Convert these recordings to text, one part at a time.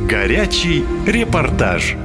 Горячий репортаж.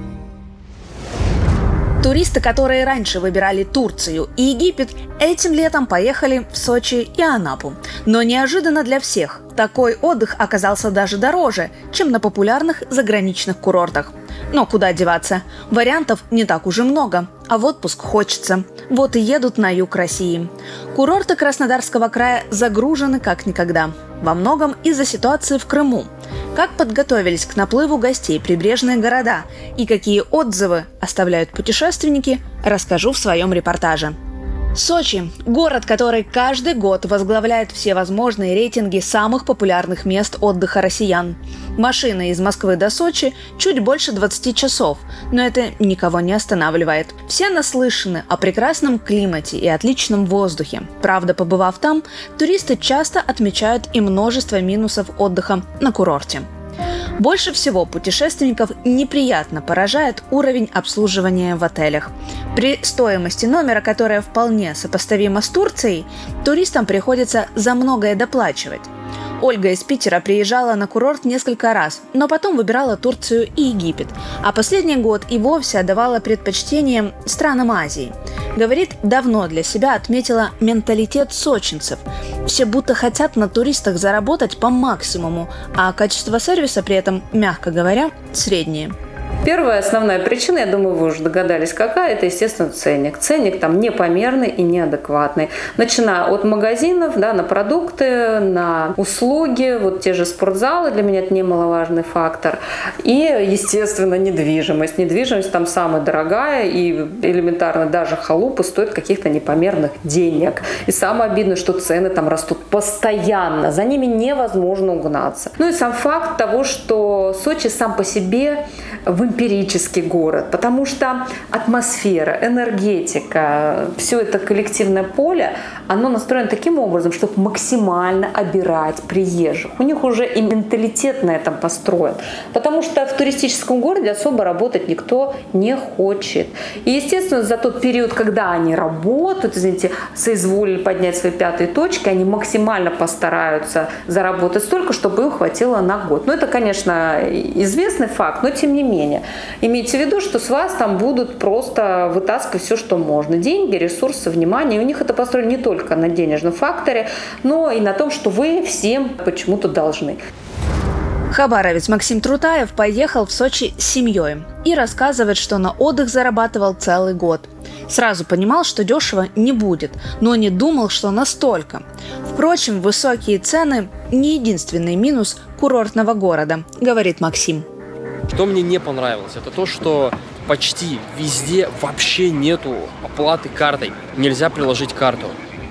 Туристы, которые раньше выбирали Турцию и Египет, этим летом поехали в Сочи и Анапу. Но неожиданно для всех такой отдых оказался даже дороже, чем на популярных заграничных курортах. Но куда деваться? Вариантов не так уж и много, а в отпуск хочется. Вот и едут на юг России. Курорты Краснодарского края загружены как никогда. Во многом из-за ситуации в Крыму. Как подготовились к наплыву гостей прибрежные города и какие отзывы оставляют путешественники, расскажу в своем репортаже. Сочи – город, который каждый год возглавляет все возможные рейтинги самых популярных мест отдыха россиян. Машина из Москвы до Сочи чуть больше 20 часов, но это никого не останавливает. Все наслышаны о прекрасном климате и отличном воздухе. Правда, побывав там, туристы часто отмечают и множество минусов отдыха на курорте. Больше всего путешественников неприятно поражает уровень обслуживания в отелях. При стоимости номера, которая вполне сопоставима с Турцией, туристам приходится за многое доплачивать. Ольга из Питера приезжала на курорт несколько раз, но потом выбирала Турцию и Египет, а последний год и вовсе отдавала предпочтение странам Азии. Говорит, давно для себя отметила менталитет сочинцев. Все будто хотят на туристах заработать по максимуму, а качество сервиса при этом, мягко говоря, среднее. Первая основная причина, я думаю, вы уже догадались, какая, это, естественно, ценник. Ценник там непомерный и неадекватный. Начиная от магазинов, на продукты, на услуги, вот те же спортзалы, для меня это немаловажный фактор. И, естественно, недвижимость. Недвижимость там самая дорогая, и элементарно даже халупы стоят каких-то непомерных денег. И самое обидное, что цены там растут постоянно, за ними невозможно угнаться. Ну и сам факт того, что Сочи сам по себе эмпирический город, потому что атмосфера, энергетика, все это коллективное поле, оно настроено таким образом, чтобы максимально обирать приезжих. У них уже и менталитет на этом построен, потому что в туристическом городе особо работать никто не хочет. И, естественно, за тот период, когда они работают, соизволили поднять свои пятые точки, они максимально постараются заработать столько, чтобы им хватило на год. Ну, это, конечно, известный факт, но тем не менее. Имейте в виду, что с вас там будут просто вытаскивать все, что можно. Деньги, ресурсы, внимание. И у них это построено не только на денежном факторе, но и на том, что вы всем почему-то должны. Хабаровец Максим Трутаев поехал в Сочи с семьей и рассказывает, что на отдых зарабатывал целый год. Сразу понимал, что дешево не будет, но не думал, что настолько. Впрочем, высокие цены – не единственный минус курортного города, говорит Максим. Что мне не понравилось, это то, что почти везде вообще нету оплаты картой. Нельзя приложить карту.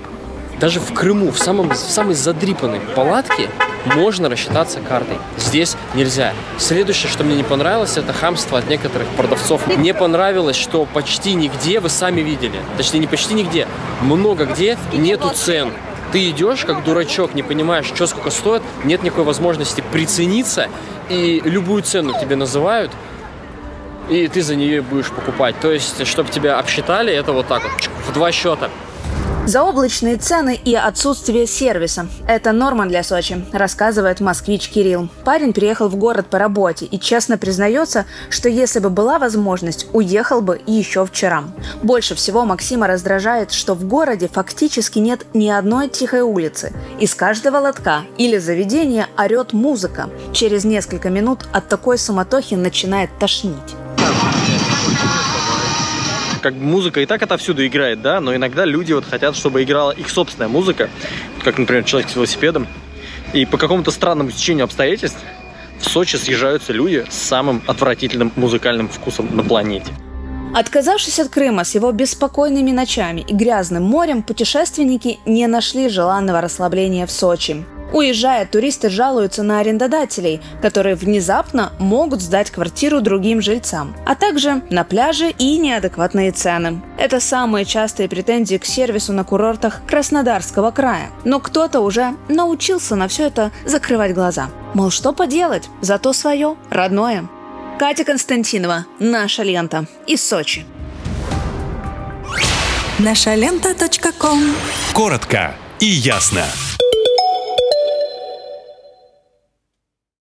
Даже в Крыму, в самой задрипанной палатке можно рассчитаться картой. Здесь нельзя. Следующее, что мне не понравилось, это хамство от некоторых продавцов. Мне понравилось, что почти нигде, вы сами видели, точнее не почти нигде, много где нету цен. Ты идешь как дурачок, не понимаешь, что сколько стоит, нет никакой возможности прицениться, и любую цену тебе называют, и ты за нее будешь покупать. То есть, чтобы тебя обсчитали, это вот так вот, в 2 счета. Заоблачные цены и отсутствие сервиса – это норма для Сочи, рассказывает москвич Кирилл. Парень приехал в город по работе и честно признается, что если бы была возможность, уехал бы и еще вчера. Больше всего Максима раздражает, что в городе фактически нет ни одной тихой улицы. Из каждого лотка или заведения орет музыка. Через несколько минут от такой суматохи начинает тошнить. Как бы музыка и так отовсюду играет, да, но иногда люди вот хотят, чтобы играла их собственная музыка, как, например, человек с велосипедом. И по какому-то странному стечению обстоятельств в Сочи съезжаются люди с самым отвратительным музыкальным вкусом на планете. Отказавшись от Крыма с его беспокойными ночами и грязным морем, путешественники не нашли желанного расслабления в Сочи. Уезжая, туристы жалуются на арендодателей, которые внезапно могут сдать квартиру другим жильцам, а также на пляже и неадекватные цены. Это самые частые претензии к сервису на курортах Краснодарского края. Но кто-то уже научился на все это закрывать глаза. Мол, что поделать, зато свое, родное. Катя Константинова, «Наша лента», из Сочи. Нашалента.ком. Коротко и ясно.